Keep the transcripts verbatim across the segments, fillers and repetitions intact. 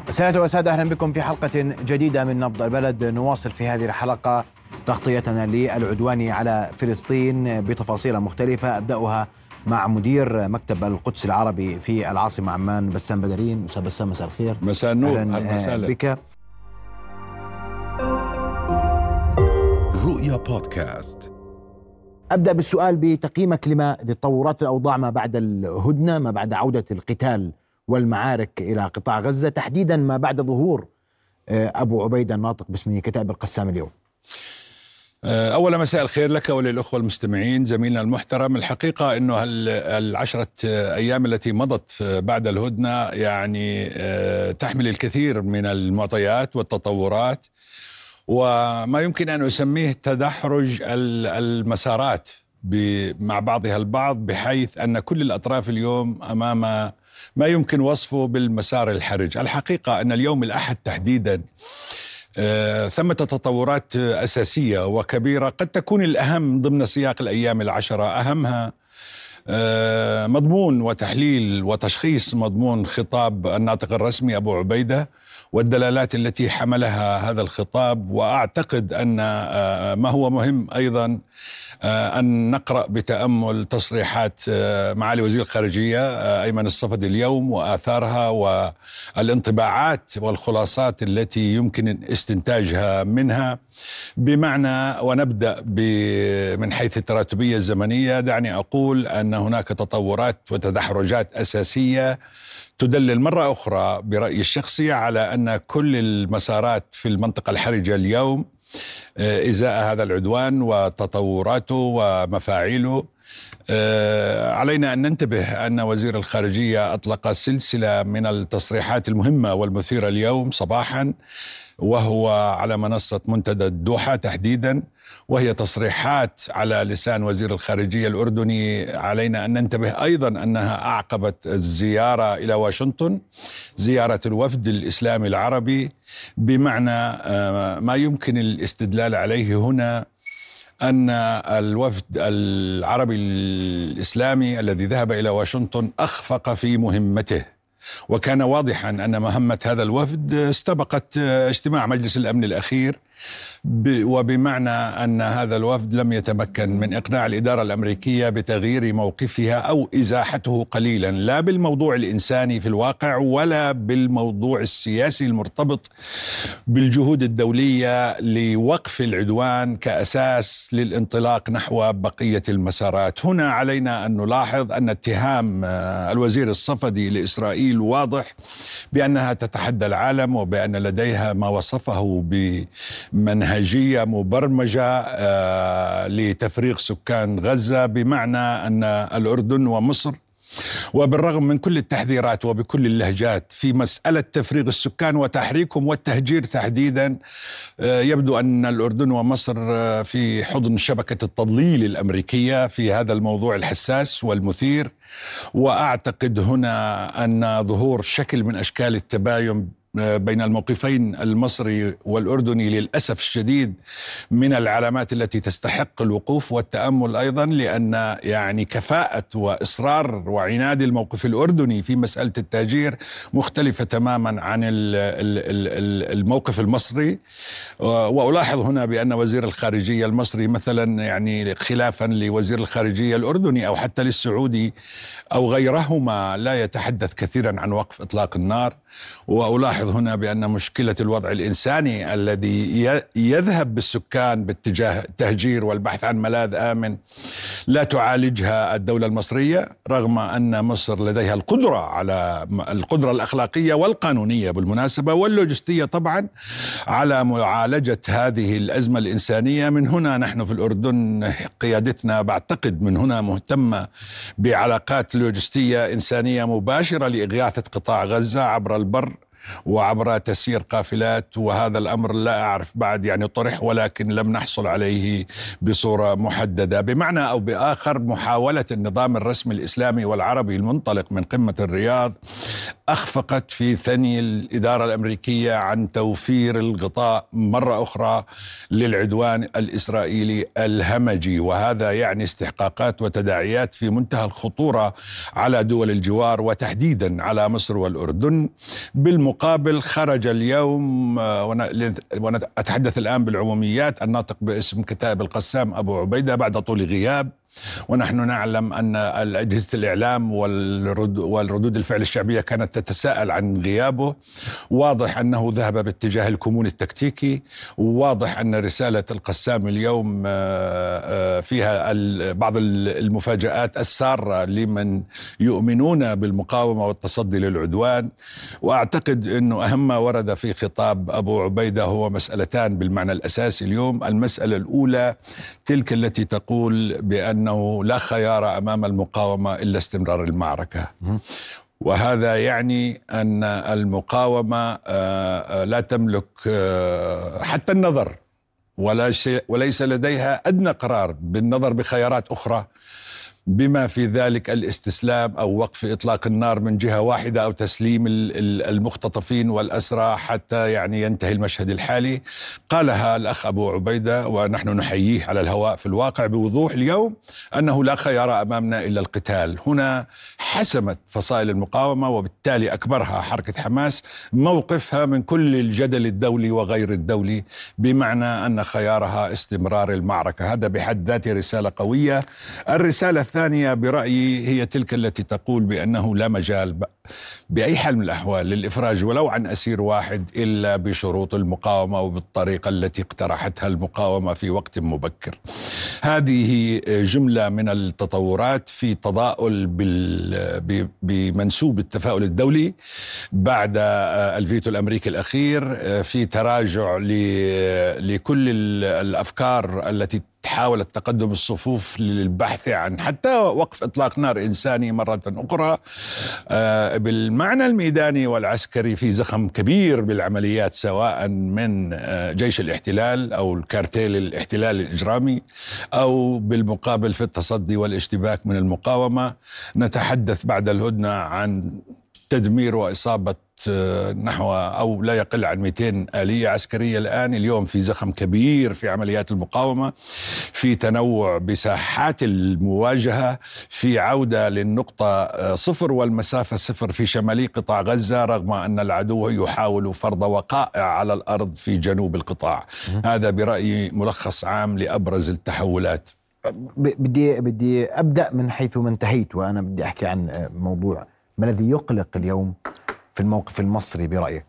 سادة وسادة، أهلا بكم في حلقة جديدة من نبض البلد. نواصل في هذه الحلقة تغطيتنا للعدوان على فلسطين بتفاصيل مختلفة، أبدأها مع مدير مكتب القدس العربي في العاصمة عمان، بسام بدرين. أستاذ بسام، مساء الخير. مساء النور، أهلا وسهلا بك. رؤيا بودكاست. أبدأ بالسؤال بتقييمك لما لتطورات الأوضاع ما بعد الهدنة، ما بعد عودة القتال والمعارك إلى قطاع غزة، تحديدا ما بعد ظهور أبو عبيدة الناطق باسم كتائب القسام اليوم. أولا مساء الخير لك وللأخوة المستمعين. زميلنا المحترم، الحقيقة أنه العشرة أيام التي مضت بعد الهدنة يعني تحمل الكثير من المعطيات والتطورات، وما يمكن أن أسميه تدحرج المسارات مع بعضها البعض، بحيث أن كل الأطراف اليوم أمام ما يمكن وصفه بالمسار الحرج. الحقيقة أن اليوم الأحد تحديدا آه، ثمة تطورات أساسية وكبيرة، قد تكون الأهم ضمن سياق الأيام العشرة. أهمها آه، مضمون وتحليل وتشخيص مضمون خطاب الناطق الرسمي أبو عبيدة والدلالات التي حملها هذا الخطاب. وأعتقد أن ما هو مهم أيضا أن نقرأ بتأمل تصريحات معالي وزير الخارجية أيمن الصفدي اليوم وآثارها والانطباعات والخلاصات التي يمكن استنتاجها منها. بمعنى، ونبدأ من حيث التراتبية الزمنية، دعني أقول أن هناك تطورات وتدحرجات أساسية تدلل مرة أخرى برأيي الشخصي على أن كل المسارات في المنطقة الحرجة اليوم إزاء هذا العدوان وتطوراته ومفاعيله. علينا أن ننتبه أن وزير الخارجية أطلق سلسلة من التصريحات المهمة والمثيرة اليوم صباحا، وهو على منصة منتدى الدوحة تحديدا، وهي تصريحات على لسان وزير الخارجية الأردني. علينا أن ننتبه أيضا أنها أعقبت الزيارة إلى واشنطن، زيارة الوفد الإسلامي العربي. بمعنى ما يمكن الاستدلال عليه هنا أن الوفد العربي الإسلامي الذي ذهب إلى واشنطن أخفق في مهمته، وكان واضحا أن مهمة هذا الوفد استبقت اجتماع مجلس الأمن الأخير، وبمعنى أن هذا الوفد لم يتمكن من إقناع الإدارة الأمريكية بتغيير موقفها أو إزاحته قليلا، لا بالموضوع الإنساني في الواقع ولا بالموضوع السياسي المرتبط بالجهود الدولية لوقف العدوان كأساس للانطلاق نحو بقية المسارات. هنا علينا أن نلاحظ أن اتهام الوزير الصفدي لإسرائيل واضح بأنها تتحدى العالم، وبأن لديها ما وصفه ب منهجية مبرمجة آه لتفريغ سكان غزة. بمعنى أن الأردن ومصر، وبالرغم من كل التحذيرات وبكل اللهجات في مسألة تفريغ السكان وتحريكهم والتهجير تحديدا، آه يبدو أن الأردن ومصر آه في حضن شبكة التضليل الأمريكية في هذا الموضوع الحساس والمثير. وأعتقد هنا أن ظهور شكل من أشكال التباين بين الموقفين المصري والأردني للأسف الشديد من العلامات التي تستحق الوقوف والتأمل أيضا، لأن يعني كفاءة وإصرار وعناد الموقف الأردني في مسألة التهجير مختلفة تماما عن الموقف المصري. وألاحظ هنا بأن وزير الخارجية المصري مثلا يعني خلافا لوزير الخارجية الأردني أو حتى للسعودي أو غيرهما لا يتحدث كثيرا عن وقف إطلاق النار. وألاحظ هنا بأن مشكلة الوضع الإنساني الذي يذهب بالسكان باتجاه التهجير والبحث عن ملاذ آمن لا تعالجها الدولة المصرية، رغم أن مصر لديها القدرة على القدرة الأخلاقية والقانونية بالمناسبة واللوجستية طبعا على معالجة هذه الأزمة الإنسانية. من هنا نحن في الأردن قيادتنا بعتقد من هنا مهتمة بعلاقات لوجستية إنسانية مباشرة لإغاثة قطاع غزة عبر البر وعبر تسيير قافلات، وهذا الأمر لا أعرف بعد يعني طرح، ولكن لم نحصل عليه بصورة محددة. بمعنى أو بآخر، محاولة النظام الرسمي الإسلامي والعربي المنطلق من قمة الرياض أخفقت في ثني الإدارة الأمريكية عن توفير الغطاء مرة أخرى للعدوان الإسرائيلي الهمجي، وهذا يعني استحقاقات وتداعيات في منتهى الخطورة على دول الجوار وتحديدا على مصر والأردن. بالمقابل بالمقابل خرج اليوم، وأنا أتحدث الآن بالعموميات، الناطق باسم كتائب القسام أبو عبيدة بعد طول غياب، ونحن نعلم أن أجهزة الإعلام والردود الفعل الشعبية كانت تتساءل عن غيابه. واضح أنه ذهب باتجاه الكمون التكتيكي، وواضح أن رسالة القسام اليوم فيها بعض المفاجآت السارة لمن يؤمنون بالمقاومة والتصدي للعدوان. وأعتقد أنه أهم ما ورد في خطاب أبو عبيدة هو مسألتان بالمعنى الأساسي اليوم. المسألة الأولى تلك التي تقول بأنه لا خيار أمام المقاومة إلا استمرار المعركة، وهذا يعني أن المقاومة لا تملك حتى النظر، وليس لديها أدنى قرار بالنظر بخيارات أخرى، بما في ذلك الاستسلام أو وقف إطلاق النار من جهة واحدة أو تسليم المختطفين والأسرى حتى يعني ينتهي المشهد الحالي. قالها الأخ أبو عبيدة ونحن نحييه على الهواء في الواقع بوضوح اليوم أنه لا خيار أمامنا إلا القتال. هنا حسمت فصائل المقاومة وبالتالي أكبرها حركة حماس موقفها من كل الجدل الدولي وغير الدولي، بمعنى أن خيارها استمرار المعركة. هذا بحد ذاته رسالة قوية. الرسالة الثانية برأيي هي تلك التي تقول بأنه لا مجال بأي حال من الأحوال للإفراج ولو عن أسير واحد إلا بشروط المقاومة وبالطريقة التي اقترحتها المقاومة في وقت مبكر. هذه جملة من التطورات في تضاؤل بمنسوب التفاؤل الدولي بعد الفيتو الأمريكي الأخير، في تراجع لكل الأفكار التي تحاول التقدم الصفوف للبحث عن حتى وقف إطلاق نار إنساني مرة أخرى. بالمعنى الميداني والعسكري في زخم كبير بالعمليات، سواء من جيش الاحتلال أو الكارتيل الاحتلال الإجرامي، أو بالمقابل في التصدي والاشتباك من المقاومة. نتحدث بعد الهدنة عن تدمير وإصابة نحو أو لا يقل عن مئتين آلية عسكرية الآن. اليوم في زخم كبير في عمليات المقاومة، في تنوع بساحات المواجهة، في عودة للنقطة صفر والمسافة صفر في شمالي قطاع غزة، رغم أن العدو يحاول فرض وقائع على الأرض في جنوب القطاع. هذا برأيي ملخص عام لأبرز التحولات. بدي بدي أبدأ من حيث ما انتهيت، وأنا بدي أحكي عن موضوع ما الذي يقلق اليوم في الموقف المصري برأيك؟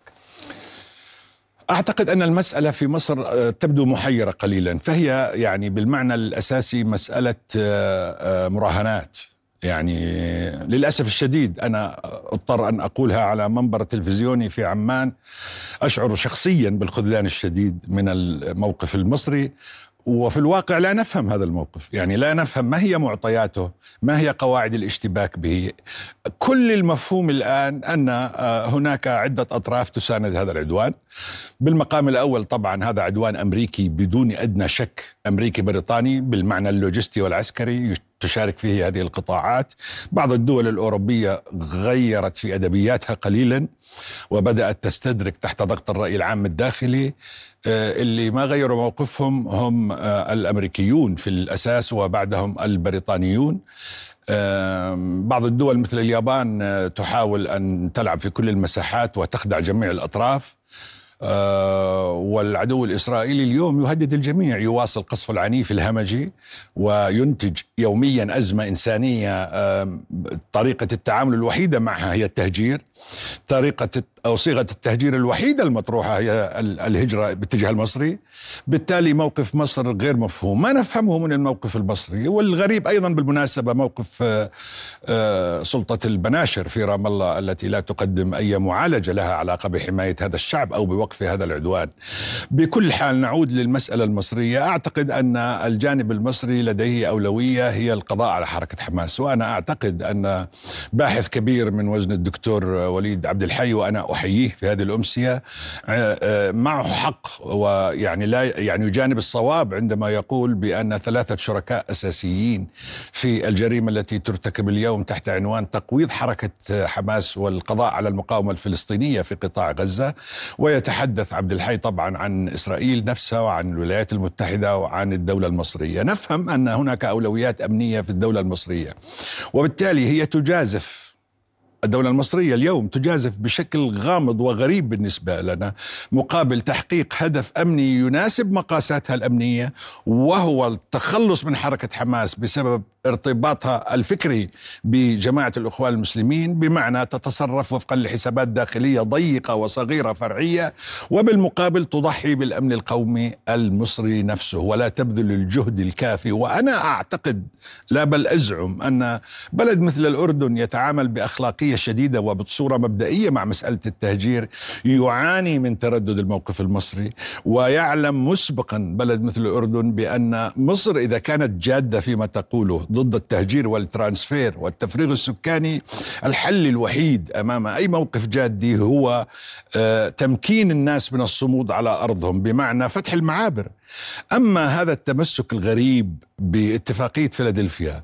أعتقد أن المسألة في مصر تبدو محيرة قليلا، فهي يعني بالمعنى الأساسي مسألة مراهنات. يعني للأسف الشديد أنا أضطر أن أقولها على منبر تلفزيوني في عمان، أشعر شخصيا بالخذلان الشديد من الموقف المصري، وفي الواقع لا نفهم هذا الموقف. يعني لا نفهم ما هي معطياته، ما هي قواعد الاشتباك به. كل المفهوم الآن أن هناك عدة أطراف تساند هذا العدوان. بالمقام الأول طبعا هذا عدوان أمريكي بدون أدنى شك، أمريكي بريطاني بالمعنى اللوجستي والعسكري، تشارك فيه هذه القطاعات. بعض الدول الأوروبية غيرت في أدبياتها قليلا وبدأت تستدرك تحت ضغط الرأي العام الداخلي. اللي ما غيروا موقفهم هم الأمريكيون في الأساس، وبعدهم البريطانيون. بعض الدول مثل اليابان تحاول أن تلعب في كل المساحات وتخدع جميع الأطراف. آه والعدو الإسرائيلي اليوم يهدد الجميع، يواصل قصف العنيف الهمجي وينتج يوميا أزمة إنسانية. آه طريقة التعامل الوحيدة معها هي التهجير، طريقة أو صيغة التهجير الوحيدة المطروحة هي الهجرة باتجاه المصري. بالتالي موقف مصر غير مفهوم، ما نفهمه من الموقف المصري. والغريب أيضا بالمناسبة موقف آه آه سلطة البناشر في رام الله التي لا تقدم أي معالجة لها علاقة بحماية هذا الشعب أو بوقف هذا العدوان. بكل حال نعود للمسألة المصرية. أعتقد أن الجانب المصري لديه أولوية هي القضاء على حركة حماس، وأنا أعتقد أن باحث كبير من وزن الدكتور وليد عبد الحي، وأنا أحييه في هذه الأمسية، معه حق، ويعني لا يعني يجانب الصواب عندما يقول بأن ثلاثة شركاء أساسيين في الجريمة التي ترتكب اليوم تحت عنوان تقويض حركة حماس والقضاء على المقاومة الفلسطينية في قطاع غزة. ويتحدث عبد الحي طبعا عن إسرائيل نفسها وعن الولايات المتحدة وعن الدولة المصرية. نفهم أن هناك أولويات أمنية في الدولة المصرية، وبالتالي هي تجازف الدولة المصرية اليوم تجازف بشكل غامض وغريب بالنسبة لنا مقابل تحقيق هدف أمني يناسب مقاساتها الأمنية، وهو التخلص من حركة حماس بسبب ارتباطها الفكري بجماعة الإخوان المسلمين، بمعنى تتصرف وفقا لحسابات داخلية ضيقة وصغيرة فرعية، وبالمقابل تضحي بالأمن القومي المصري نفسه ولا تبذل الجهد الكافي. وأنا أعتقد لا بل أزعم أن بلد مثل الأردن يتعامل بأخلاقية شديدة وبصورة مبدئية مع مسألة التهجير، يعاني من تردد الموقف المصري، ويعلم مسبقا بلد مثل الأردن بأن مصر إذا كانت جادة فيما تقوله ضد التهجير والترانسفير والتفريغ السكاني، الحل الوحيد أمام أي موقف جادي هو تمكين الناس من الصمود على أرضهم، بمعنى فتح المعابر. أما هذا التمسك الغريب باتفاقية فيلادلفيا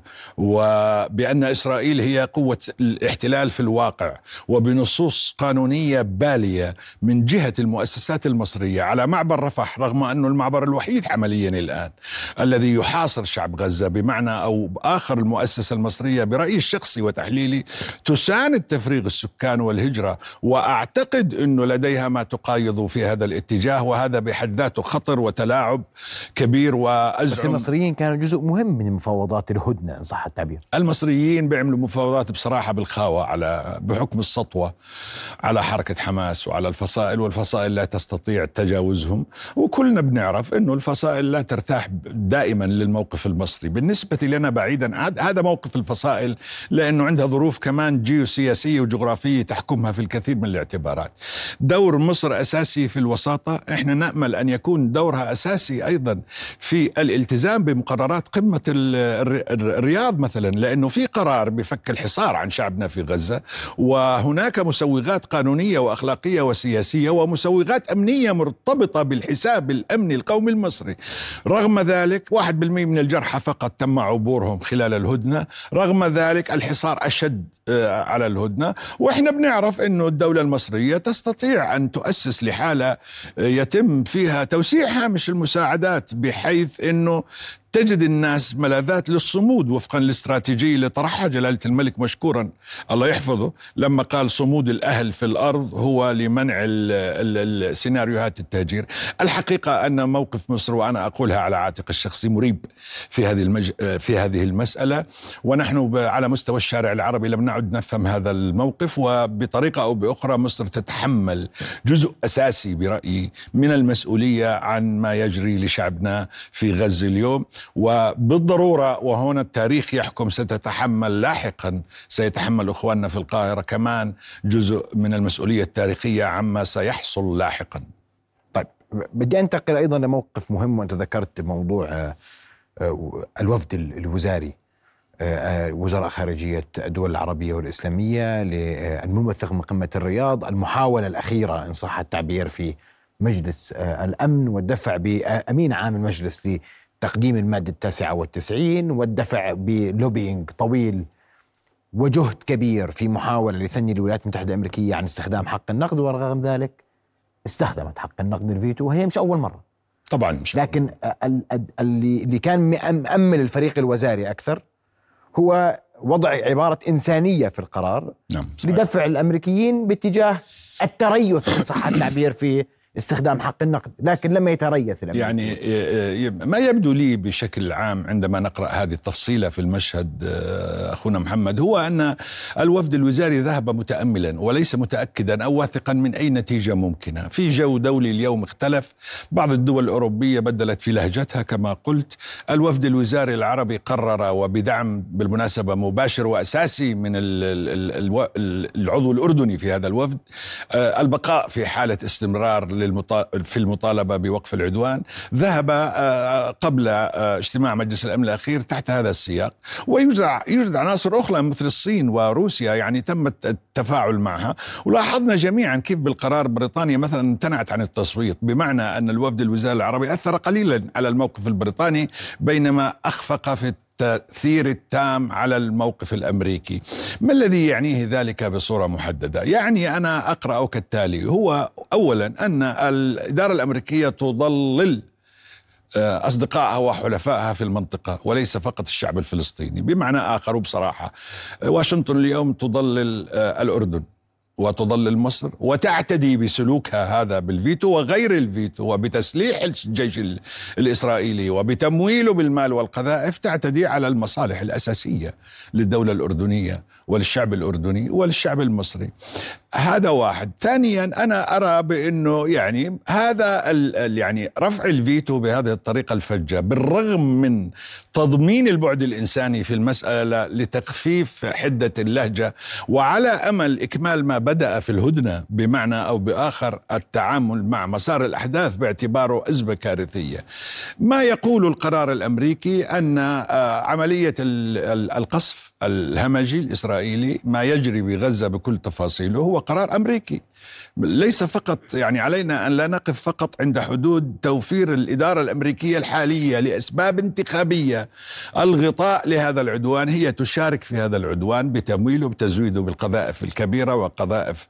وبأن إسرائيل هي قوة الاحتلال في الواقع، وبنصوص قانونية بالية من جهة المؤسسات المصرية على معبر رفح، رغم أنه المعبر الوحيد عمليا الآن الذي يحاصر شعب غزة، بمعنى أو آخر المؤسسة المصرية برأيي الشخصي وتحليلي تساند تفريغ السكان والهجرة، وأعتقد أنه لديها ما تقايض في هذا الاتجاه، وهذا بحد ذاته خطر وتلاعب كبير. وأزعم بس المصريين كانوا جزء مهم من مفاوضات الهدنة إن صح التعبير. المصريين بيعملوا مفاوضات بصراحة بالخاوة على بحكم السطوة على حركة حماس وعلى الفصائل، والفصائل لا تستطيع تجاوزهم، وكلنا بنعرف أنه الفصائل لا ترتاح دائما للموقف المصري. بالنسبة لنا بعيدا هذا موقف الفصائل، لأنه عندها ظروف كمان جيوسياسية وجغرافية تحكمها في الكثير من الاعتبارات. دور مصر أساسي في الوساطة، احنا نأمل أن يكون دورها أساسي أيضا في الالتزام بمقررات قمة الرياض مثلا، لأنه في قرار بفك الحصار عن شعبنا في غزة، وهناك مسوغات قانونية وأخلاقية وسياسية ومسوغات أمنية مرتبطة بالحساب الأمني القومي المصري. رغم ذلك واحد بالمئة من الجرحى فقط تم عبورهم خلال الهدنة، رغم ذلك الحصار أشد على الهدنة، وإحنا بنعرف أنه الدولة المصرية تستطيع أن تؤسس لحالة يتم فيها توسيع هامش المساعدات، بحيث أنه تجد الناس ملاذات للصمود وفقا للاستراتيجية اللي طرحها جلالة الملك مشكورا الله يحفظه لما قال صمود الأهل في الأرض هو لمنع السيناريوهات التهجير. الحقيقة أن موقف مصر، وأنا أقولها على عاتق الشخصي، مريب في هذه المج... في هذه المسألة، ونحن على مستوى الشارع العربي لم نعد نفهم هذا الموقف، وبطريقة أو بأخرى مصر تتحمل جزء أساسي برأيي من المسؤولية عن ما يجري لشعبنا في غزة اليوم، وبالضرورة وهنا التاريخ يحكم ستتحمل لاحقا سيتحمل أخواننا في القاهرة كمان جزء من المسؤولية التاريخية عما سيحصل لاحقا. طيب بدي أنتقل أيضا لموقف مهم، وأنت ذكرت موضوع الوفد الوزاري وزراء خارجية الدول العربية والإسلامية للمنبثق من قمة الرياض، المحاولة الأخيرة إن صح التعبير في مجلس الأمن، والدفع بأمين عام المجلس لتقديم المادة التاسعة والتسعين، والدفع بلوبينج طويل وجهد كبير في محاولة لثني الولايات المتحدة الأمريكية عن استخدام حق النقد، ورغم ذلك استخدمت حق النقد الفيتو، وهي مش أول مرة طبعا مش لكن اللي اللي كان مأمل الفريق الوزاري أكثر هو وضع عبارة إنسانية في القرار. نعم. لدفع الأمريكيين باتجاه التريث إن صح التعبير في استخدام حق النقد، لكن لم يتريث يعني ما يبدو لي بشكل عام عندما نقرأ هذه التفصيلة في المشهد أخونا محمد، هو أن الوفد الوزاري ذهب متأملا وليس متأكدا أو واثقا من أي نتيجة ممكنة. في جو دولي اليوم اختلف، بعض الدول الأوروبية بدلت في لهجتها كما قلت. الوفد الوزاري العربي قرر، وبدعم بالمناسبة مباشر وأساسي من العضو الأردني في هذا الوفد، البقاء في حالة استمرار في المطالبة بوقف العدوان. ذهب قبل اجتماع مجلس الأمن الأخير تحت هذا السياق، ويوجد عناصر أخرى مثل الصين وروسيا يعني تم التفاعل معها. ولاحظنا جميعا كيف بالقرار بريطانيا مثلا امتنعت عن التصويت، بمعنى أن الوفد الوزاري العربي أثر قليلا على الموقف البريطاني بينما أخفق في التأثير التام على الموقف الأمريكي. ما الذي يعنيه ذلك بصورة محددة؟ يعني أنا أقرأ كالتالي: هو أولا أن الإدارة الأمريكية تضلل أصدقائها وحلفائها في المنطقة وليس فقط الشعب الفلسطيني. بمعنى آخر بصراحة، واشنطن اليوم تضلل الأردن وتضلل مصر وتعتدي بسلوكها هذا بالفيتو وغير الفيتو وبتسليح الجيش الإسرائيلي وبتمويله بالمال والقذائف، تعتدي على المصالح الأساسية للدولة الأردنية وللشعب الأردني وللشعب المصري. هذا واحد. ثانيا، أنا أرى بأنه يعني هذا يعني رفع الفيتو بهذه الطريقة الفجة بالرغم من تضمين البعد الإنساني في المسألة لتخفيف حدة اللهجة وعلى أمل إكمال ما بدأ في الهدنة بمعنى أو بآخر التعامل مع مسار الأحداث باعتباره أزمة كارثية. ما يقول القرار الأمريكي أن عملية القصف الهمجي الإسرائيلي ما يجري بغزة بكل تفاصيله هو قرار أمريكي، ليس فقط يعني علينا أن لا نقف فقط عند حدود توفير الإدارة الأمريكية الحالية لأسباب انتخابية الغطاء لهذا العدوان. هي تشارك في هذا العدوان بتمويله بتزويده بالقذائف الكبيرة وقذائف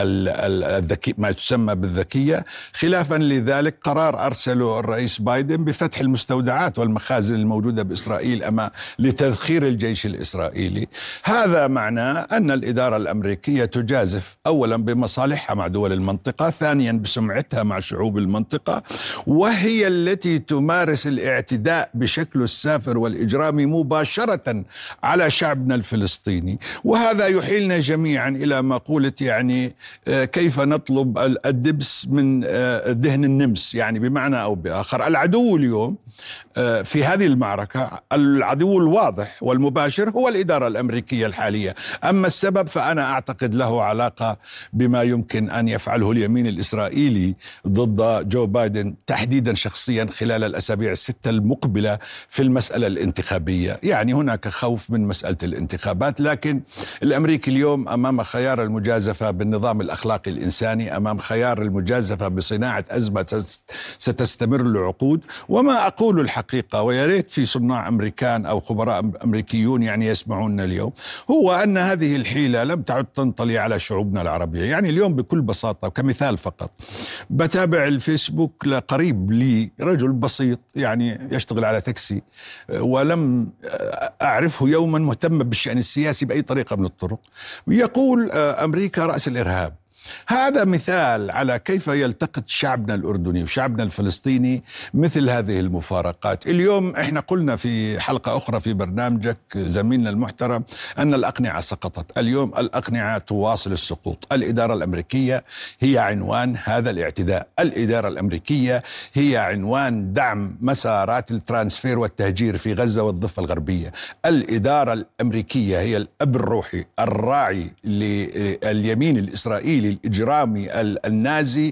الذكي ما تسمى بالذكية. خلافا لذلك قرار أرسله الرئيس بايدن بفتح المستودعات والمخازن الموجودة بإسرائيل أما لتذخير الجيش الإسرائيلي. هذا معناه أن الإدارة الأمريكية تجازف أولا بمصالحها مع دول المنطقة، ثانيا بسمعتها مع شعوب المنطقة، وهي التي تمارس الاعتداء بشكل السافر والإجرامي مباشرة على شعبنا الفلسطيني. وهذا يحيلنا جميعا إلى مقولة يعني كيف نطلب الدبس من دهن النمس، يعني بمعنى أو بآخر العدو اليوم في هذه المعركة، العدو الواضح والمباشر هو الإدارة الأمريكية الحالية. أما السبب فأنا أعتقد له علاقة بما يمكن أن يفعله اليمين الإسرائيلي ضد جو بايدن تحديدا شخصيا خلال الأسابيع الستة المقبلة في المسألة الانتخابية. يعني هناك خوف من مسألة الانتخابات، لكن الأمريكي اليوم أمام خيار المجازفة بالنظام الأخلاقي الإنساني، أمام خيار المجازفة بصناعة أزمة ستستمر لعقود. وما أقول الحقيقة، ويا ريت في صناع أمريكان أو خبراء أمريكيون يعني يسمعون اليوم، هو أن هذه الحيلة لم تعد تنطلي على شعوبنا العربية. يعني اليوم بكل بساطة كمثال فقط، بتابع الفيسبوك لقريب لي رجل بسيط يعني يشتغل على تاكسي، ولم أعرفه يوما مهتم بالشأن السياسي بأي طريقة من الطرق، يقول أمريكا رأس الإرهاب. هذا مثال على كيف يلتقط شعبنا الأردني وشعبنا الفلسطيني مثل هذه المفارقات. اليوم احنا قلنا في حلقة أخرى في برنامجك زميلنا المحترم أن الأقنعة سقطت. اليوم الأقنعة تواصل السقوط. الإدارة الأمريكية هي عنوان هذا الاعتداء، الإدارة الأمريكية هي عنوان دعم مسارات الترانسفير والتهجير في غزة والضفة الغربية. الإدارة الأمريكية هي الأب الروحي الراعي لليمين الإسرائيلي الإجرامي النازي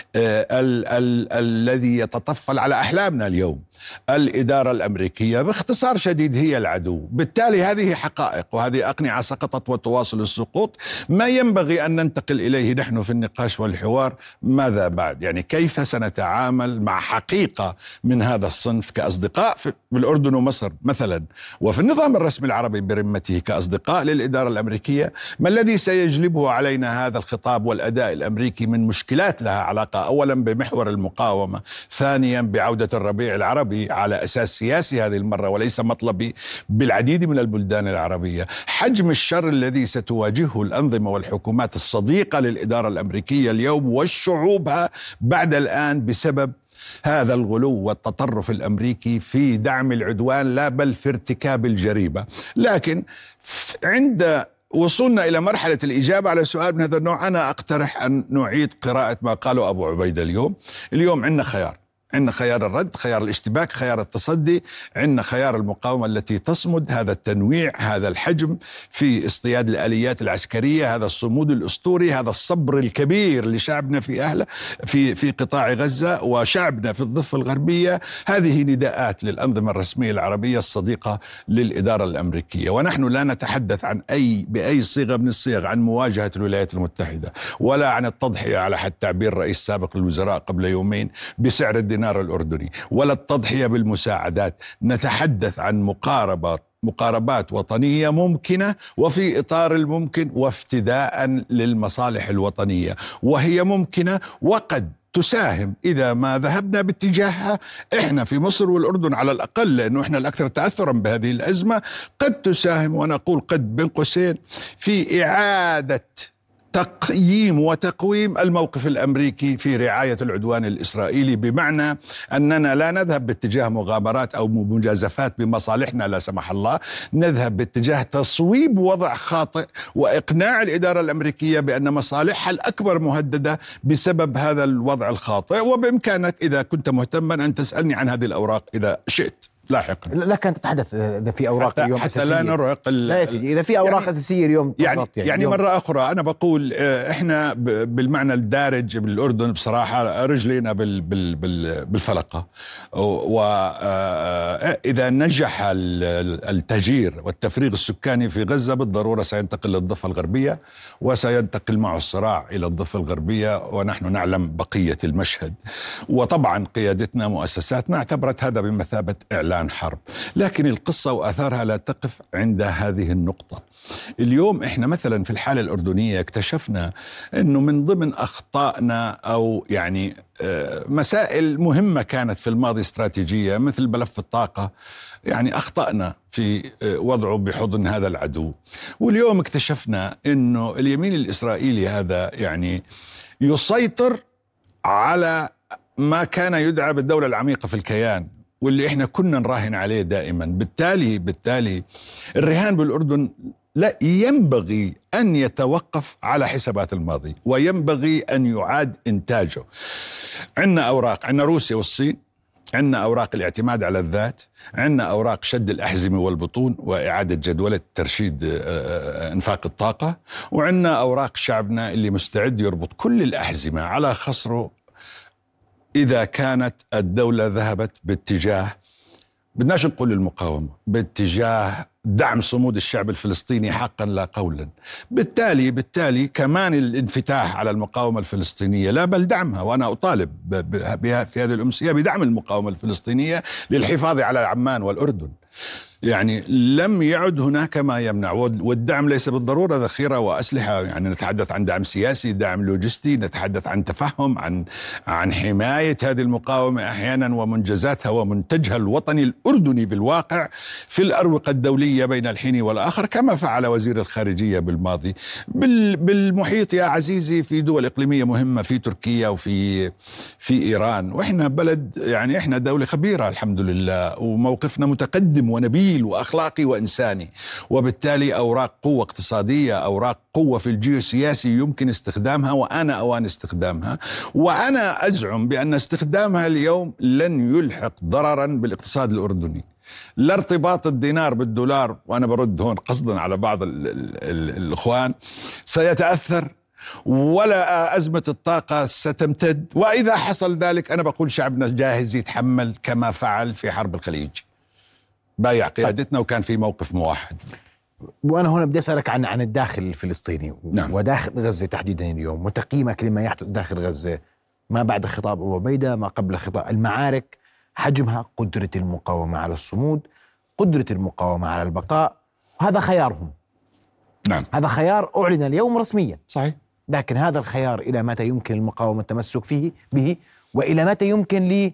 الذي يتطفل على أحلامنا اليوم. الإدارة الأمريكية باختصار شديد هي العدو. بالتالي هذه حقائق وهذه أقنعة سقطت وتواصل السقوط. ما ينبغي أن ننتقل إليه نحن في النقاش والحوار ماذا بعد، يعني كيف سنتعامل مع حقيقة من هذا الصنف كأصدقاء في الأردن ومصر مثلا، وفي النظام الرسمي العربي برمته كأصدقاء للإدارة الأمريكية. ما الذي سيجلبه علينا هذا الخطاب والأداء الأمريكي من مشكلات لها علاقة أولا بمحور المقاومة، ثانيا بعودة الربيع العربي على أساس سياسي هذه المرة وليس مطلبي بالعديد من البلدان العربية، حجم الشر الذي ستواجهه الأنظمة والحكومات الصديقة للإدارة الأمريكية اليوم وشعوبها بعد الآن بسبب هذا الغلو والتطرف الأمريكي في دعم العدوان لا بل في ارتكاب الجريمة. لكن عند وصلنا إلى مرحلة الإجابة على سؤال من هذا النوع، أنا أقترح أن نعيد قراءة ما قاله أبو عبيدة اليوم. اليوم عندنا خيار، عندنا خيار الرد، خيار الاشتباك، خيار التصدي، عندنا خيار المقاومة التي تصمد. هذا التنويع، هذا الحجم في اصطياد الآليات العسكرية، هذا الصمود الأسطوري، هذا الصبر الكبير لشعبنا في أهله في في قطاع غزة وشعبنا في الضفة الغربية. هذه نداءات للأنظمة الرسمية العربية الصديقة للإدارة الأمريكية. ونحن لا نتحدث عن أي بأي صيغة من الصيغ عن مواجهة الولايات المتحدة ولا عن التضحية على حد تعبير رئيس سابق للوزراء قبل يومين بسعر الدينار الأردني ولا التضحية بالمساعدات. نتحدث عن مقاربات مقاربات وطنية ممكنة وفي إطار الممكن وافتداء للمصالح الوطنية، وهي ممكنة وقد تساهم إذا ما ذهبنا باتجاهها إحنا في مصر والأردن على الأقل، لأنه إحنا الأكثر تأثرا بهذه الأزمة، قد تساهم، وأنا أقول قد بين قوسين، في إعادة تقييم وتقويم الموقف الأمريكي في رعاية العدوان الإسرائيلي، بمعنى أننا لا نذهب باتجاه مغامرات أو مجازفات بمصالحنا لا سمح الله، نذهب باتجاه تصويب وضع خاطئ وإقناع الإدارة الأمريكية بأن مصالحها الأكبر مهددة بسبب هذا الوضع الخاطئ. وبإمكانك إذا كنت مهتما أن تسألني عن هذه الأوراق إذا شئت لاحقا. لك أن تتحدث إذا في أوراق حتى اليوم حتى أساسية. لا نرهق لا يا سيدي، إذا في أوراق يعني أساسية اليوم يعني, يعني, يعني مرة أخرى أنا بقول إحنا بالمعنى الدارج بالأردن بصراحة رجلينا بال بال بال بالفلقة، وإذا نجح التهجير والتفريغ السكاني في غزة بالضرورة سينتقل للضفة الغربية، وسينتقل معه الصراع إلى الضفة الغربية، ونحن نعلم بقية المشهد. وطبعا قيادتنا مؤسساتنا اعتبرت هذا بمثابة إعلان حرب، لكن القصة وآثارها لا تقف عند هذه النقطة. اليوم إحنا مثلا في الحالة الأردنية اكتشفنا أنه من ضمن أخطائنا أو يعني مسائل مهمة كانت في الماضي استراتيجية مثل ملف الطاقة، يعني أخطأنا في وضعه بحضن هذا العدو. واليوم اكتشفنا أنه اليمين الإسرائيلي هذا يعني يسيطر على ما كان يدعى بالدولة العميقة في الكيان، واللي احنا كنا نراهن عليه دائما. بالتالي بالتالي الرهان بالأردن لا ينبغي أن يتوقف على حسابات الماضي، وينبغي أن يعاد إنتاجه. عندنا أوراق، عندنا روسيا والصين، عندنا أوراق الاعتماد على الذات، عندنا أوراق شد الأحزمة والبطون وإعادة جدولة ترشيد إنفاق الطاقة، وعندنا أوراق شعبنا اللي مستعد يربط كل الأحزمة على خصره إذا كانت الدولة ذهبت باتجاه، بدناش نقول المقاومة، باتجاه دعم صمود الشعب الفلسطيني حقا لا قولا. بالتالي بالتالي كمان الانفتاح على المقاومة الفلسطينية، لا بل دعمها، وأنا أطالب بها في هذه الأمسية بدعم المقاومة الفلسطينية للحفاظ على عمان والأردن. يعني لم يعد هناك ما يمنع، والدعم ليس بالضرورة ذخيرة وأسلحة، يعني نتحدث عن دعم سياسي، دعم لوجستي، نتحدث عن تفهم، عن عن حماية هذه المقاومة أحيانا ومنجزاتها ومنتجها الوطني الأردني بالواقع في الأروقة الدولية بين الحين والآخر، كما فعل وزير الخارجية بالماضي. بالمحيط يا عزيزي في دول إقليمية مهمة، في تركيا وفي في إيران، وإحنا بلد يعني إحنا دولة خبيرة الحمد لله، وموقفنا متقدم ونبيل وأخلاقي وإنساني، وبالتالي أوراق قوة اقتصادية، أوراق قوة في الجيوسياسي يمكن استخدامها، وأنا أوان استخدامها. وأنا أزعم بأن استخدامها اليوم لن يلحق ضررا بالاقتصاد الأردني. لا ارتباط الدينار بالدولار، وأنا برد هون قصدا على بعض ال ال ال الإخوان، سيتأثر، ولا أزمة الطاقة ستمتد. وإذا حصل ذلك أنا بقول شعبنا جاهز يتحمل كما فعل في حرب الخليج، بايع قيادتنا وكان في موقف موحد. وأنا هنا بدي أسألك عن عن الداخل الفلسطيني. نعم. وداخل غزة تحديدا اليوم، وتقييمك لما يحدث داخل غزة ما بعد خطاب أبو عبيدة، ما قبل خطاب المعارك، حجمها، قدرة المقاومة على الصمود، قدرة المقاومة على البقاء، وهذا خيارهم. نعم. هذا خيار أعلن اليوم رسميا. صحيح. لكن هذا الخيار إلى متى يمكن المقاومة التمسك فيه به، وإلى متى يمكن لي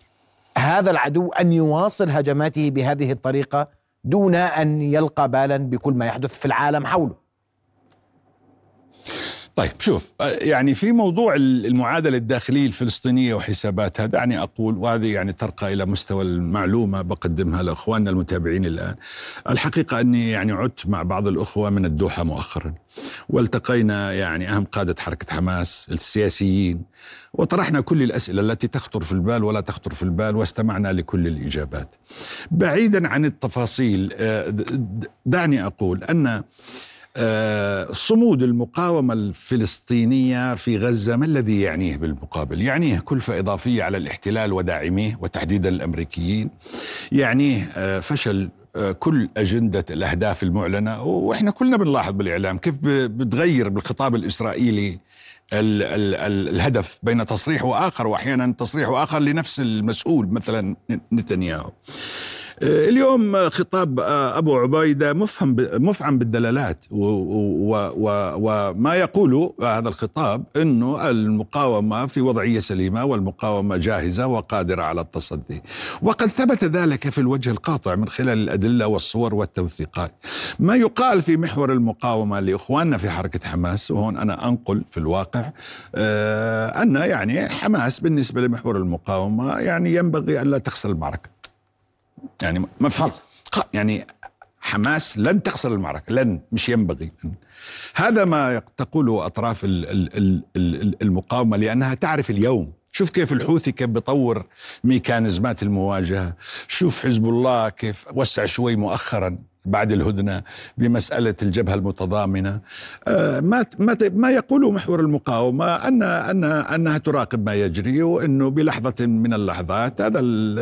هذا العدو أن يواصل هجماته بهذه الطريقة دون أن يلقى بالا بكل ما يحدث في العالم حوله؟ طيب شوف، يعني في موضوع المعادلة الداخلية الفلسطينية وحساباتها، دعني أقول، وهذه يعني ترقى إلى مستوى المعلومة بقدمها لأخواننا المتابعين الآن. الحقيقة أني يعني عدت مع بعض الأخوة من الدوحة مؤخرا، والتقينا يعني أهم قادة حركة حماس السياسيين، وطرحنا كل الأسئلة التي تخطر في البال ولا تخطر في البال، واستمعنا لكل الإجابات. بعيدا عن التفاصيل، دعني أقول أن صمود المقاومة الفلسطينية في غزة ما الذي يعنيه بالمقابل؟ يعنيه كلفة إضافية على الاحتلال وداعميه وتحديدا الأمريكيين، يعنيه فشل كل أجندة الأهداف المعلنة. وإحنا كلنا بنلاحظ بالإعلام كيف بتغير بالخطاب الإسرائيلي ال ال ال الهدف بين تصريح وآخر، وأحيانا تصريح وآخر لنفس المسؤول مثلا نتنياهو. اليوم خطاب أبو عبيدة مفهم مفعم بالدلالات، وما يقوله هذا الخطاب أنه المقاومة في وضعية سليمة والمقاومة جاهزة وقادرة على التصدي، وقد ثبت ذلك في الوجه القاطع من خلال الأدلة والصور والتوثيقات. ما يقال في محور المقاومة لإخواننا في حركة حماس، وهون أنا أنقل في الواقع أن يعني حماس بالنسبة لمحور المقاومة يعني ينبغي أن لا تخسر المعركة. يعني ما في يعني حماس لن تخسر المعركة، لن، مش ينبغي. هذا ما تقوله أطراف المقاومة لأنها تعرف اليوم. شوف كيف الحوثي كيف بيطور ميكانيزمات المواجهة، شوف حزب الله كيف وسع شوي مؤخرا بعد الهدنة بمسألة الجبهة المتضامنة. ما ما ما يقوله محور المقاومة أن أن أنها تراقب ما يجري، وأنه بلحظة من اللحظات هذا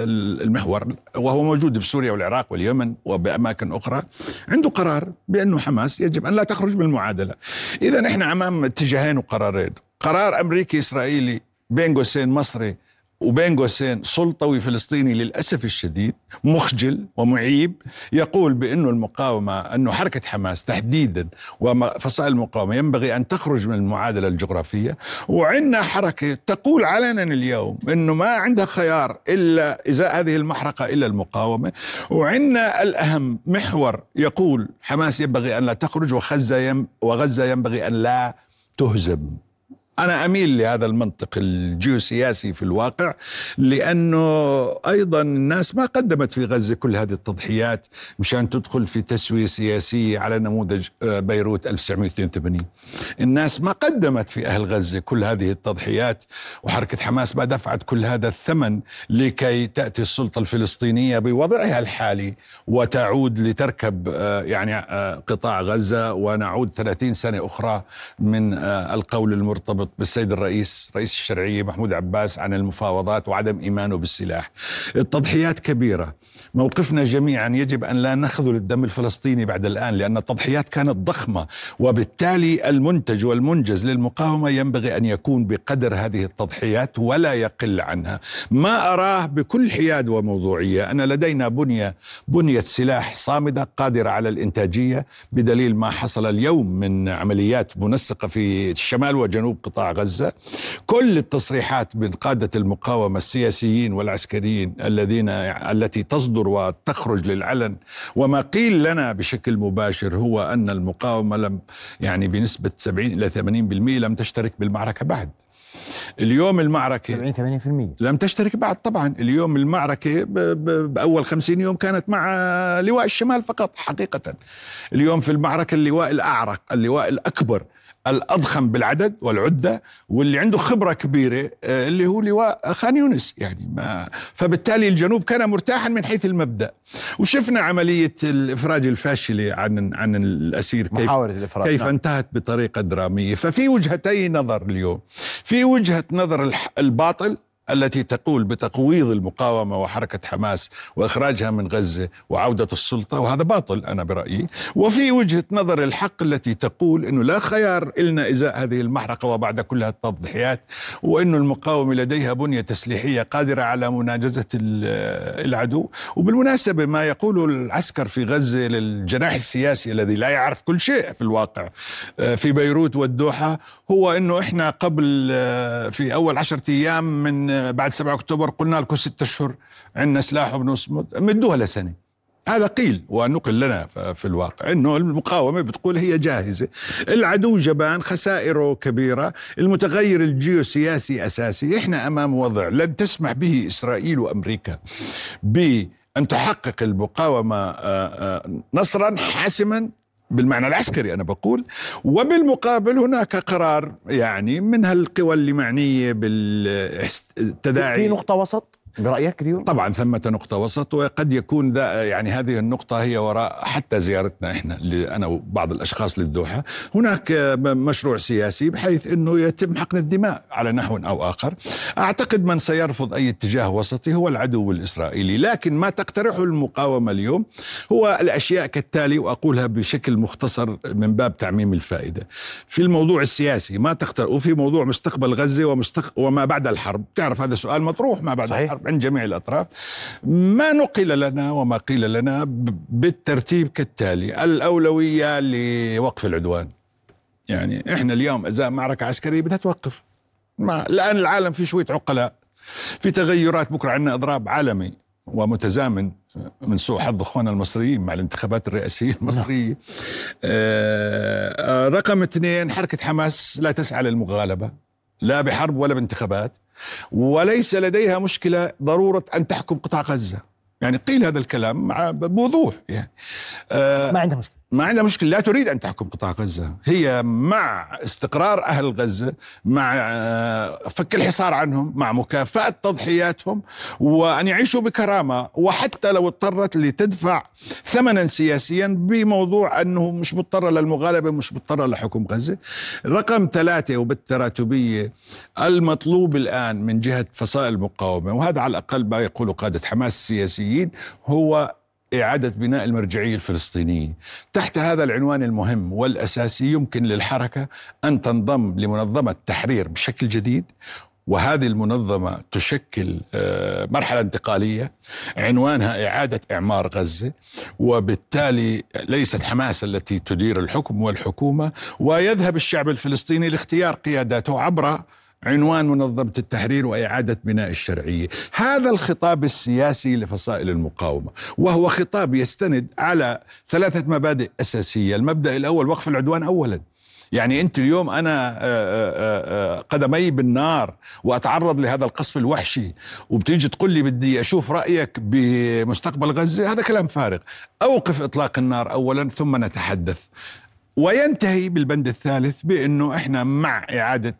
المحور وهو موجود بسوريا والعراق واليمن وبأماكن أخرى عنده قرار بأنه حماس يجب أن لا تخرج من المعادلة. إذا نحن أمام اتجاهين وقرارين، قرار أمريكي إسرائيلي بين قوسين مصري وبين قوسين سلطوي فلسطيني للأسف الشديد مخجل ومعيب، يقول بأنه المقاومة، أنه حركة حماس تحديدا وفصائل المقاومة ينبغي أن تخرج من المعادلة الجغرافية. وعندنا حركة تقول علنا اليوم أنه ما عندها خيار إلا إزاء هذه المحرقة إلا المقاومة. وعندنا الأهم محور يقول حماس ينبغي أن لا تخرج، وغزة وغزة ينبغي أن لا تهزم. أنا أميل لهذا المنطق الجيوسياسي في الواقع، لأنه أيضا الناس ما قدمت في غزة كل هذه التضحيات مشان تدخل في تسوية سياسية على نموذج بيروت ألف وتسعمائة واثنين وثمانين. الناس ما قدمت في أهل غزة كل هذه التضحيات، وحركة حماس ما دفعت كل هذا الثمن لكي تأتي السلطة الفلسطينية بوضعها الحالي وتعود لتركب يعني قطاع غزة، ونعود ثلاثين سنة أخرى من القول المرتبط بالسيد الرئيس رئيس الشرعية محمود عباس عن المفاوضات وعدم إيمانه بالسلاح. التضحيات كبيرة، موقفنا جميعا يجب أن لا نخذل الدم الفلسطيني بعد الآن، لأن التضحيات كانت ضخمة، وبالتالي المنتج والمنجز للمقاومة ينبغي أن يكون بقدر هذه التضحيات ولا يقل عنها. ما أراه بكل حياد وموضوعية أن لدينا بنية بنية سلاح صامدة قادرة على الإنتاجية، بدليل ما حصل اليوم من عمليات منسقة في شمال وجنوب قطاع غزة. كل التصريحات من قادة المقاومة السياسيين والعسكريين الذين التي تصدر وتخرج للعلن، وما قيل لنا بشكل مباشر هو أن المقاومة لم يعني بنسبة سبعين إلى ثمانين بالمئة لم تشترك بالمعركة بعد. اليوم المعركة سبعين ثمانين بالمئة لم تشترك بعد. طبعا اليوم المعركة بأول خمسين يوم كانت مع لواء الشمال فقط حقيقة. اليوم في المعركة اللواء الأعرق، اللواء الأكبر الأضخم بالعدد والعدة واللي عنده خبرة كبيرة اللي هو لواء خان يونس يعني ما. فبالتالي الجنوب كان مرتاحا من حيث المبدأ، وشفنا عملية الإفراج الفاشلة عن عن الأسير كيف, كيف انتهت بطريقة درامية. ففي وجهتي نظر اليوم، في وجهة نظر الباطل التي تقول بتقويض المقاومة وحركة حماس وإخراجها من غزة وعودة السلطة، وهذا باطل أنا برأيي. وفي وجهة نظر الحق التي تقول إنه لا خيار إلنا إزاء هذه المحرقة وبعد كل التضحيات، وإنه المقاومة لديها بنية تسليحية قادرة على مناجزة العدو. وبالمناسبة ما يقوله العسكر في غزة للجناح السياسي الذي لا يعرف كل شيء في الواقع في بيروت والدوحة هو إنه إحنا قبل في أول عشرة أيام من بعد سبعة أكتوبر قلنا لكم ستة أشهر عندنا سلاح وبنصمد، مدوها لسنة. هذا قيل ونقل لنا في الواقع إنه المقاومة بتقول هي جاهزة. العدو جبان، خسائره كبيرة، المتغير الجيوسياسي أساسي. إحنا أمام وضع لن تسمح به إسرائيل وأمريكا بأن تحقق المقاومة نصرا حاسما بالمعنى العسكري أنا بقول. وبالمقابل هناك قرار يعني من هالقوى اللي معنية بالتداعي. في نقطة وسط برأيك اليوم؟ طبعا ثمة نقطة وسط، وقد يكون يعني هذه النقطة هي وراء حتى زيارتنا إحنا أنا وبعض الأشخاص للدوحة. هناك مشروع سياسي بحيث أنه يتم حقن الدماء على نحو أو آخر. أعتقد من سيرفض أي اتجاه وسطي هو العدو الإسرائيلي. لكن ما تقترحه المقاومة اليوم هو الأشياء كالتالي، وأقولها بشكل مختصر من باب تعميم الفائدة. في الموضوع السياسي ما تقترح، وفي موضوع مستقبل غزة ومستق... وما بعد الحرب. تعرف هذا سؤال مطروح ما بعد صحيح. الحرب. الحرب عند جميع الأطراف. ما نقل لنا وما قيل لنا بالترتيب كالتالي: الأولوية لوقف العدوان. يعني إحنا اليوم إذا معركة عسكرية بدها توقف. ما الآن العالم في شوية عقلاء، في تغيرات، بكرة عندنا إضراب عالمي ومتزامن من سوء حظ اخواننا المصريين مع الانتخابات الرئاسية المصرية. آه رقم اثنين، حركة حماس لا تسعى للمغالبة لا بحرب ولا بانتخابات، وليس لديها مشكلة ضرورة أن تحكم قطاع غزة. يعني قيل هذا الكلام مع بوضوح، يعني آه ما عندها مشكلة ما عندها مشكلة، لا تريد أن تحكم قطاع غزة. هي مع استقرار أهل غزة، مع فك الحصار عنهم، مع مكافأة تضحياتهم، وأن يعيشوا بكرامة، وحتى لو اضطرت لتدفع ثمنا سياسيا بموضوع أنه مش مضطرة للمغالبة، مش مضطرة لحكم غزة. رقم ثلاثة، وبالتراتبية، المطلوب الآن من جهة فصائل المقاومة، وهذا على الأقل ما يقول قادة حماس السياسيين، هو إعادة بناء المرجعية الفلسطينية. تحت هذا العنوان المهم والأساسي يمكن للحركة أن تنضم لمنظمة تحرير بشكل جديد، وهذه المنظمة تشكل مرحلة انتقالية عنوانها إعادة إعمار غزة، وبالتالي ليست حماس التي تدير الحكم والحكومة، ويذهب الشعب الفلسطيني لاختيار قياداته عبر عنوان منظمة التحرير وإعادة بناء الشرعية. هذا الخطاب السياسي لفصائل المقاومة، وهو خطاب يستند على ثلاثة مبادئ أساسية. المبدأ الأول وقف العدوان أولا. يعني أنت اليوم أنا قدمي بالنار وأتعرض لهذا القصف الوحشي، وبتيجي تقول لي بدي أشوف رأيك بمستقبل غزة، هذا كلام فارغ. أوقف إطلاق النار أولا ثم نتحدث. وينتهي بالبند الثالث بأنه إحنا مع إعادة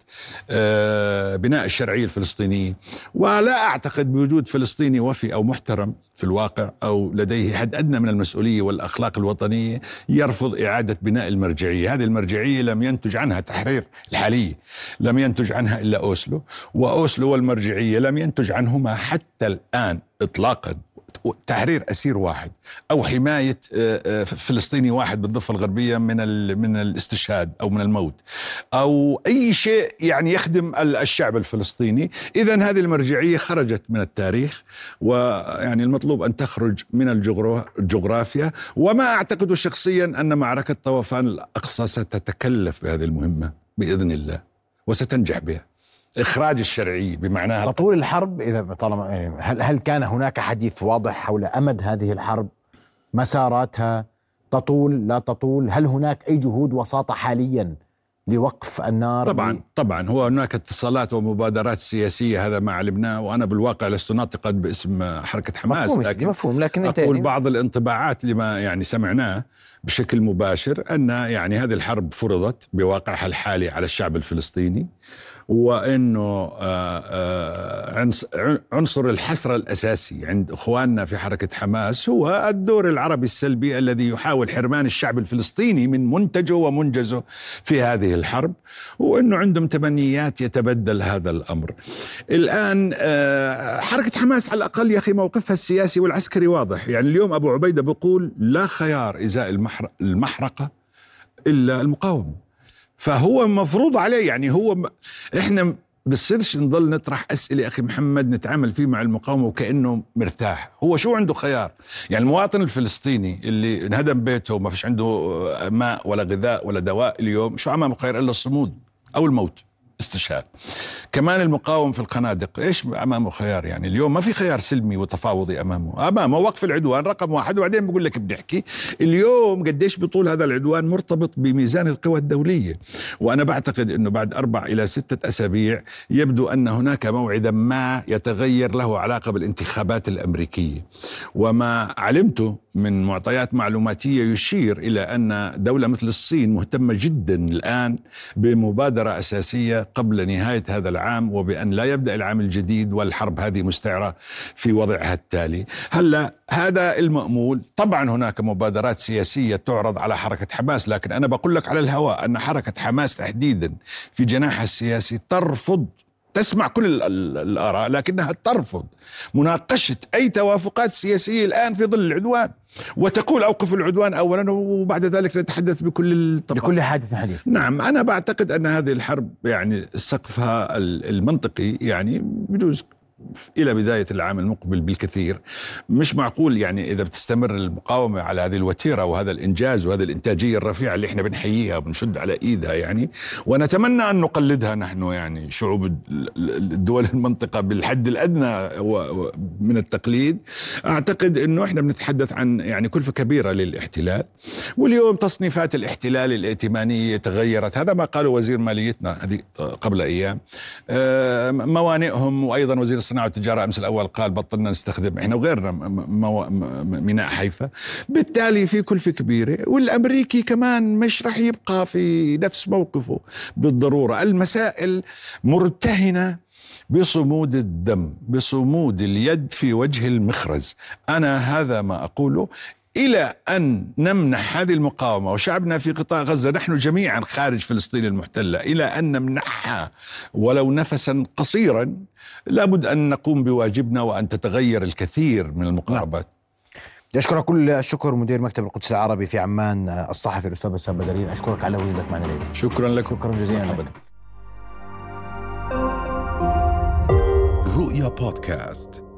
بناء الشرعية الفلسطينية، ولا أعتقد بوجود فلسطيني وفي أو محترم في الواقع أو لديه حد أدنى من المسؤولية والأخلاق الوطنية يرفض إعادة بناء المرجعية. هذه المرجعية لم ينتج عنها تحرير الحالية، لم ينتج عنها إلا أوسلو، وأوسلو والمرجعية لم ينتج عنهما حتى الآن إطلاقا تحرير أسير واحد أو حماية فلسطيني واحد بالضفة الغربية من من الاستشهاد أو من الموت أو أي شيء يعني يخدم الشعب الفلسطيني. إذن هذه المرجعية خرجت من التاريخ، ويعني المطلوب أن تخرج من الجغرافيا. وما أعتقد شخصيا أن معركة طوفان الأقصى ستتكلف بهذه المهمة بإذن الله وستنجح بها. إخراج الشرعي بمعناها تطول الحرب إذا طالما يعني هل هل كان هناك حديث واضح حول أمد هذه الحرب، مساراتها، تطول لا تطول؟ هل هناك أي جهود وساطة حاليا لوقف النار؟ طبعا طبعا هو هناك اتصالات ومبادرات سياسية، هذا ما علمناه، وأنا بالواقع لست ناطقا باسم حركة حماس، مفهوم لكن, مفهوم لكن أقول يعني بعض الانطباعات لما يعني سمعناه بشكل مباشر، أن يعني هذه الحرب فرضت بواقعها الحالي على الشعب الفلسطيني، وأنه عنصر الحسرة الأساسي عند إخواننا في حركة حماس هو الدور العربي السلبي الذي يحاول حرمان الشعب الفلسطيني من منتجه ومنجزه في هذه الحرب، وأنه عندهم تمنيات يتبدل هذا الأمر. الآن حركة حماس على الأقل يا أخي موقفها السياسي والعسكري واضح. يعني اليوم أبو عبيدة بيقول لا خيار إزاء المحرقة إلا المقاومة، فهو مفروض عليه. يعني هو م... احنا بصيرش نضل نطرح أسئلة أخي محمد نتعامل فيه مع المقاومة وكأنه مرتاح. هو شو عنده خيار؟ يعني المواطن الفلسطيني اللي انهدم بيته وما فيش عنده ماء ولا غذاء ولا دواء اليوم، شو أمامه خيار إلا الصمود أو الموت، استشهاد. كمان المقاوم في الخنادق ايش امامه خيار؟ يعني اليوم ما في خيار سلمي وتفاوضي امامه، امامه وقف العدوان رقم واحد. وبعدين بقول لك بنحكي اليوم قديش بطول هذا العدوان مرتبط بميزان القوى الدولية، وانا بعتقد انه بعد اربع الى ستة اسابيع يبدو ان هناك موعدا ما يتغير له علاقة بالانتخابات الامريكية. وما علمته من معطيات معلوماتية يشير إلى أن دولة مثل الصين مهتمة جدا الآن بمبادرة أساسية قبل نهاية هذا العام، وبأن لا يبدأ العام الجديد والحرب هذه مستعرة في وضعها التالي. هلا هذا المأمول. طبعا هناك مبادرات سياسية تعرض على حركة حماس، لكن أنا بقول لك على الهواء أن حركة حماس تحديدا في جناحها السياسي ترفض، تسمع كل الآراء لكنها ترفض مناقشة أي توافقات سياسية الآن في ظل العدوان، وتقول أوقف العدوان أولا وبعد ذلك نتحدث بكل التفاصيل، بكل حادث حديث. نعم، أنا بعتقد أن هذه الحرب يعني سقفها المنطقي يعني بجوز إلى بداية العام المقبل بالكثير. مش معقول يعني إذا بتستمر المقاومة على هذه الوتيرة وهذا الإنجاز وهذه الإنتاجية الرفيعة اللي إحنا بنحييها وبنشد على إيدها يعني، ونتمنى أن نقلدها نحن يعني شعوب الدول المنطقة بالحد الأدنى من التقليد. أعتقد أنه إحنا بنتحدث عن يعني كلفة كبيرة للاحتلال، واليوم تصنيفات الاحتلال الائتمانية تغيرت. هذا ما قاله وزير ماليتنا هذه قبل أيام. موانئهم، وأيضا وزير الصناعة والتجارة أمس الأول قال بطلنا نستخدم إحنا وغيرنا مو... ميناء حيفا. بالتالي في كلفة كبيرة، والأمريكي كمان مش رح يبقى في نفس موقفه بالضرورة. المسائل مرتهنة بصمود الدم، بصمود اليد في وجه المخرز. أنا هذا ما أقوله. إلى أن نمنح هذه المقاومة وشعبنا في قطاع غزة، نحن جميعا خارج فلسطين المحتلة، إلى أن نمنحها ولو نفسا قصيرا، لابد أن نقوم بواجبنا وأن تتغير الكثير من المقاربات. أشكرك كل الشكر مدير مكتب القدس العربي في عمان الصحفي الأستاذ بسام بدرين. أشكرك على وجودك معنا اليوم. شكرا لك. شكرا جزيلا لك. رؤيا بودكاست.